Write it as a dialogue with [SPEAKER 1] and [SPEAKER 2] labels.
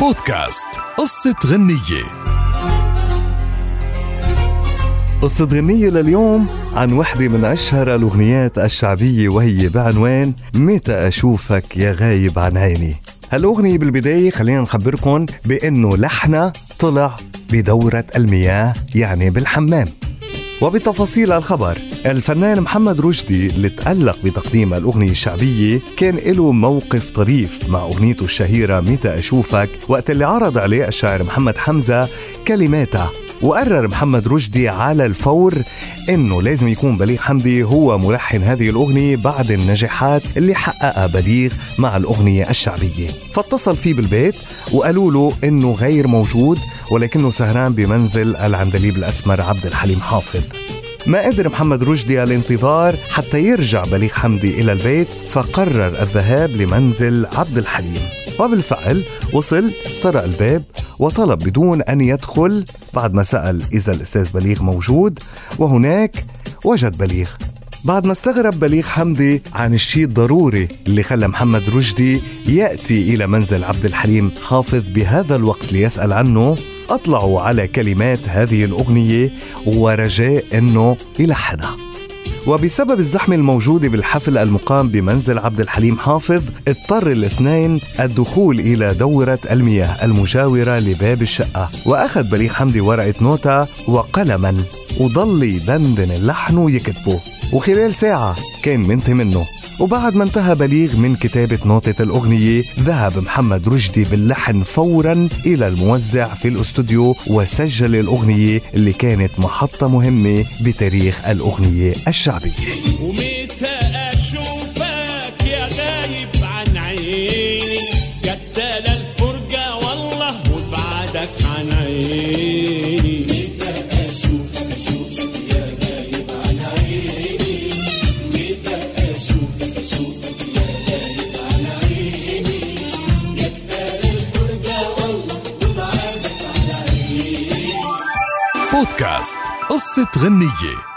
[SPEAKER 1] بودكاست قصة غنية.
[SPEAKER 2] قصة غنية لليوم عن وحدة من أشهر الأغنيات الشعبية، وهي بعنوان متى أشوفك يا غايب عن عيني. هالأغنية بالبداية خلينا نخبركم بأنه لحنها طلع بدورة المياه، يعني بالحمام. وبتفاصيل الخبر، الفنان محمد رشدي اللي تألق بتقديم الأغنية الشعبية كان له موقف طريف مع أغنيته الشهيرة متى أشوفك، وقت اللي عرض عليه الشاعر محمد حمزة كلماتها. وقرر محمد رشدي على الفور انه لازم يكون بليغ حمدي هو ملحن هذه الاغنيه بعد النجاحات اللي حققها بليغ مع الاغنيه الشعبيه. فاتصل فيه بالبيت وقالوا له انه غير موجود، ولكنه سهران بمنزل العندليب الاسمر عبد الحليم حافظ. ما قدر محمد رشدي الانتظار حتى يرجع بليغ حمدي الى البيت، فقرر الذهاب لمنزل عبد الحليم. وبالفعل وصل، طرق الباب وطلب بدون أن يدخل، بعد ما سأل إذا الأستاذ بليغ موجود، وهناك وجد بليغ. بعد ما استغرب بليغ حمدي عن الشيء الضروري اللي خلى محمد رشدي يأتي إلى منزل عبد الحليم حافظ بهذا الوقت ليسأل عنه، أطلعوا على كلمات هذه الأغنية ورجاء أنه يلحنها. وبسبب الزحمة الموجودة بالحفل المقام بمنزل عبد الحليم حافظ، اضطر الاثنين الدخول إلى دورة المياه المجاورة لباب الشقة. وأخذ بليغ حمدي ورقة نوتة وقلما وضل يدندن اللحن ويكتبه، وخلال ساعة كان منتهي منه. وبعد ما انتهى بليغ من كتابة نوتة الأغنية، ذهب محمد رشدي باللحن فورا إلى الموزع في الأستوديو وسجل الأغنية اللي كانت محطة مهمة بتاريخ الأغنية الشعبية.
[SPEAKER 3] ومتى أشوفك يا غايب عن عيني، قتل الفرقة والله وبعدك عن عيني. متى أشوفك يا غايب عن عيني، متى أشوفك يا غايب عن عيني، قتل الفرقة والله وبعدك عن عيني.
[SPEAKER 1] بودكاست قصة غنية.